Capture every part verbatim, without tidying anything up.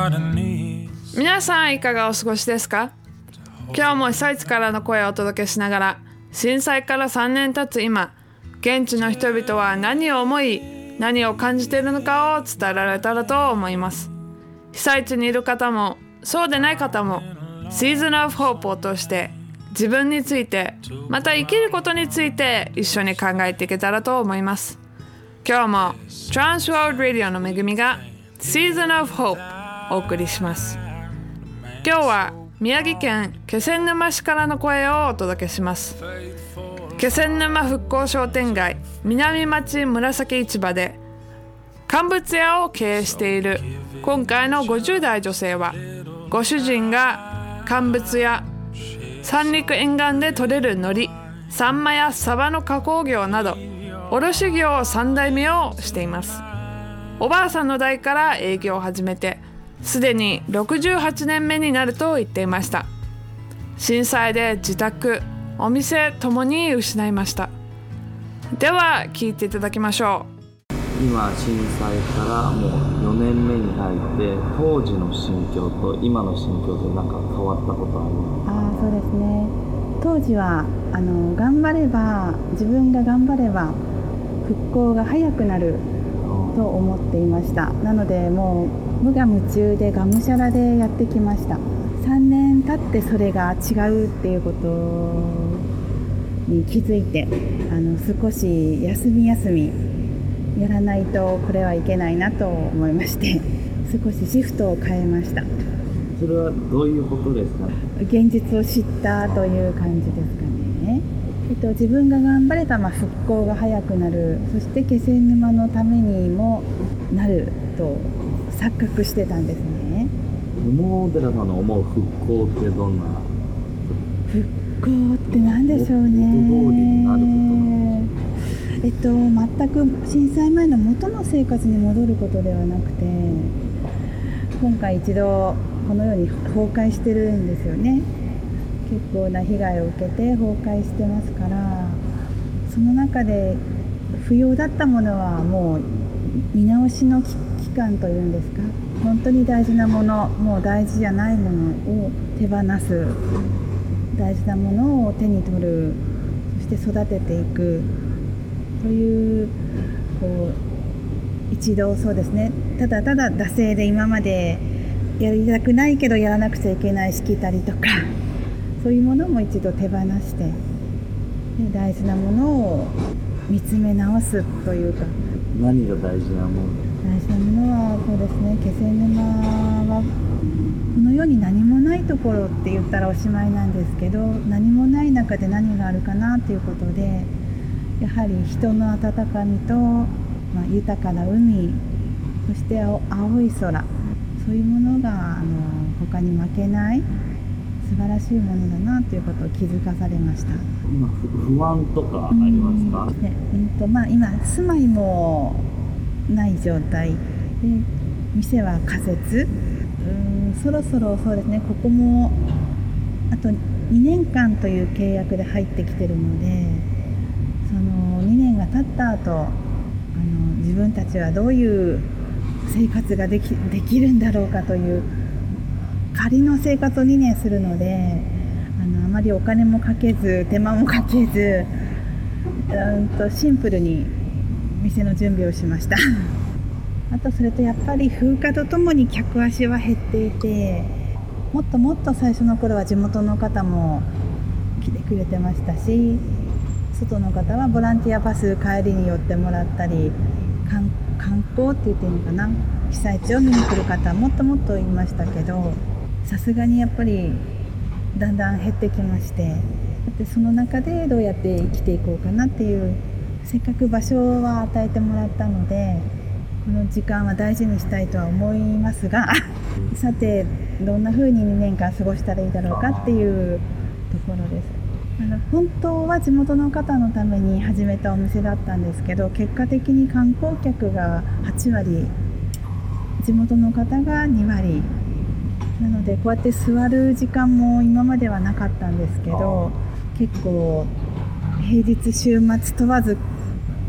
皆さんいかがお過ごしですか？今日も被災地からの声をお届けしながら、震災からさんねん経つ今、現地の人々は何を思い何を感じているのかを伝えられたらと思います。被災地にいる方もそうでない方もシーズンオブホープを通して自分について、また生きることについて一緒に考えていけたらと思います。今日も Transworld Radio の恵みが Season of Hope をお送りします。今日は宮城県気仙沼市からの声をお届けします。気仙沼復興商店街南町紫市場で乾物屋を経営している今回のごじゅう代女性は、ご主人が乾物や三陸沿岸で採れる海苔、サンマやサバの加工業など卸業さん代目をしています。おばあさんの代から営業を始めてすでにろくじゅうはちねんめになると言っていました。震災で自宅、お店ともに失いました。では聞いていただきましょう。 今震災からもうよねんめに入って当時の心境と今の心境で何か変わったことありますか？ あ、そうですね。当時はあの頑張れば自分が頑張れば復興が早くなると思っていました。なのでもう無我夢中でがむしゃらでやってきました。さんねん経ってそれが違うっていうことに気づいて、あの少し休み休みやらないとこれはいけないなと思いまして少しシフトを変えました。 それはどういうことですか？ 現実を知ったという感じですかね。えっと、自分が頑張れば、まあ、復興が早くなる、そして気仙沼のためにもなると錯覚してたんですね。 桃寺さんの思う復興ってどんな？ 復興って何でしょうね。 元通りになることなんですか？ えっと、全く震災前の元の生活に戻ることではなくて、今回一度このように崩壊してるんですよね。結構な被害を受けて崩壊してますから、その中で不要だったものはもう見直しの期間というんですか、本当に大事なもの、もう大事じゃないものを手放す、大事なものを手に取る、そして育てていくという、こう一度そうですね、ただただ惰性で今までやりたくないけどやらなくちゃいけないしきたりとか、そういうものも一度手放して、大事なものを見つめ直すというか。 何が大事なもの？ 大事なものはそうですね、気仙沼はこの世に何もないところって言ったらおしまいなんですけど、何もない中で何があるかなということで、やはり人の温かみと、まあ、豊かな海、そして青い空、そういうものがあの他に負けない素晴らしいものだなということを気づかされました。 今不安とかありますか？ うんねうんとまあ、今住まいもない状態で、店は仮設、うんそろそろそうですね、ここもあとにねんかんという契約で入ってきてるので、そのにねんが経った後、あの自分たちはどういう生活ができ、できるんだろうかという仮の生活をにねんするので、あのあまりお金もかけず手間もかけず、うんとシンプルに店の準備をしましたあとそれとやっぱり風化とともに客足は減っていて、もっともっと最初の頃は地元の方も来てくれてましたし、外の方はボランティアバス帰りに寄ってもらったり、観, 観光って言っていいのかな、被災地を見に来る方はもっともっといましたけど、さすがにやっぱりだんだん減ってきまして、でその中でどうやって生きていこうかなっていう、せっかく場所は与えてもらったので、この時間は大事にしたいとは思いますがさてどんな風ににねんかん過ごしたらいいだろうかっていうところです。あの本当は地元の方のために始めたお店だったんですけど、結果的に観光客がはちわり、地元の方がにわりなので、こうやって座る時間も今まではなかったんですけど、結構平日週末問わず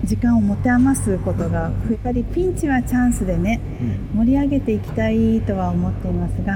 時間を持て余すことが、やっぱりピンチはチャンスでね、うん、盛り上げていきたいとは思っていますが、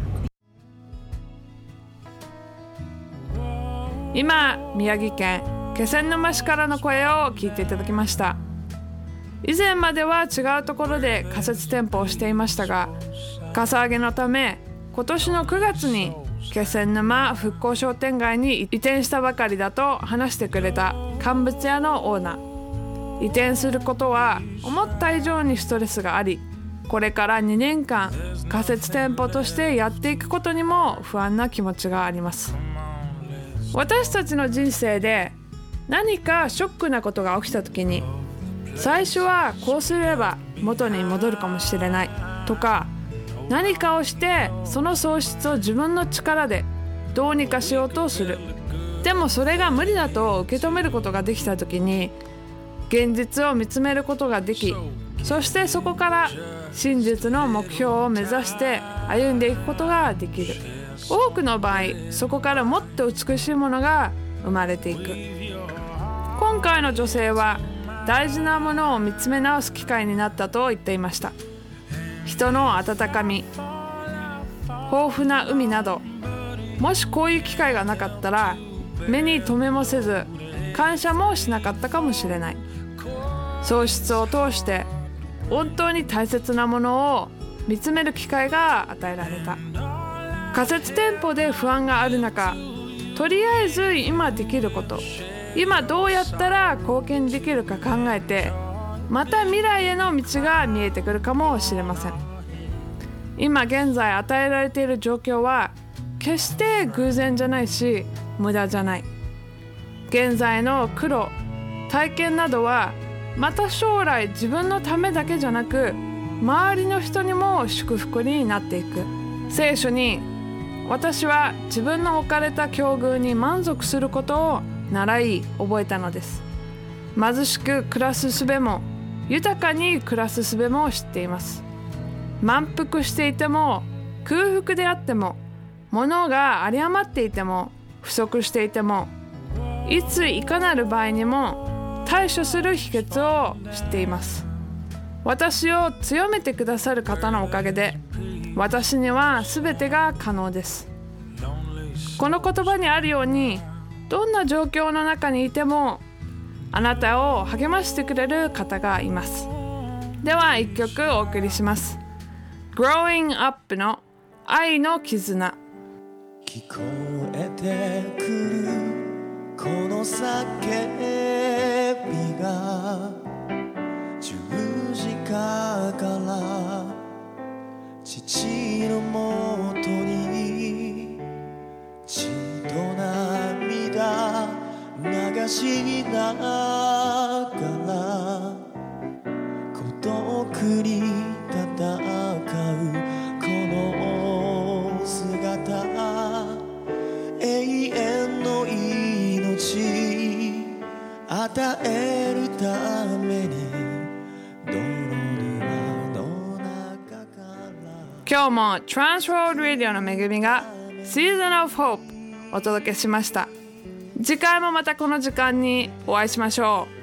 今宮城県気仙沼市からの声を聞いていただきました。以前までは違うところで仮設店舗をしていましたが、かさ上げのため今年のくがつに気仙沼復興商店街に移転したばかりだと話してくれた乾物屋のオーナー。移転することは思った以上にストレスがあり、これからにねんかん仮設店舗としてやっていくことにも不安な気持ちがあります。私たちの人生で何かショックなことが起きた時に、最初はこうすれば元に戻るかもしれないとか、何かをしてその喪失を自分の力でどうにかしようとする。でもそれが無理だと受け止めることができた時に、現実を見つめることができ、そしてそこから真実の目標を目指して歩んでいくことができる。多くの場合、そこからもっと美しいものが生まれていく。今回の女性は大事なものを見つめ直す機会になったと言っていました。人の温かみ、豊富な海など、もしこういう機会がなかったら目に留めもせず感謝もしなかったかもしれない。喪失を通して本当に大切なものを見つめる機会が与えられた。仮設店舗で不安がある中、とりあえず今できること、今どうやったら貢献できるか考えて、また未来への道が見えてくるかもしれません。今現在与えられている状況は決して偶然じゃないし無駄じゃない。現在の苦労、体験などはまた将来自分のためだけじゃなく、周りの人にも祝福になっていく。聖書に、私は自分の置かれた境遇に満足することを習い覚えたのです。貧しく暮らす術も豊かに暮らす術も知っています。満腹していても空腹であっても、物が有り余っていても不足していても、いついかなる場合にも対処する秘訣を知っています。私を強めてくださる方のおかげで、私には全てが可能です。この言葉にあるように、どんな状況の中にいてもあなたを励ましてくれる方がいます。では一曲お送りします。 Growing Up の愛の絆。 聞こえてくるこの叫びが、十字架から父のもとに血と涙流しながら孤独に戦うこの姿、永遠の命与えるために泥沼の中から。 今日も Transworld Radio の恵みが Season of Hope お届けしました。次回もまたこの時間にお会いしましょう。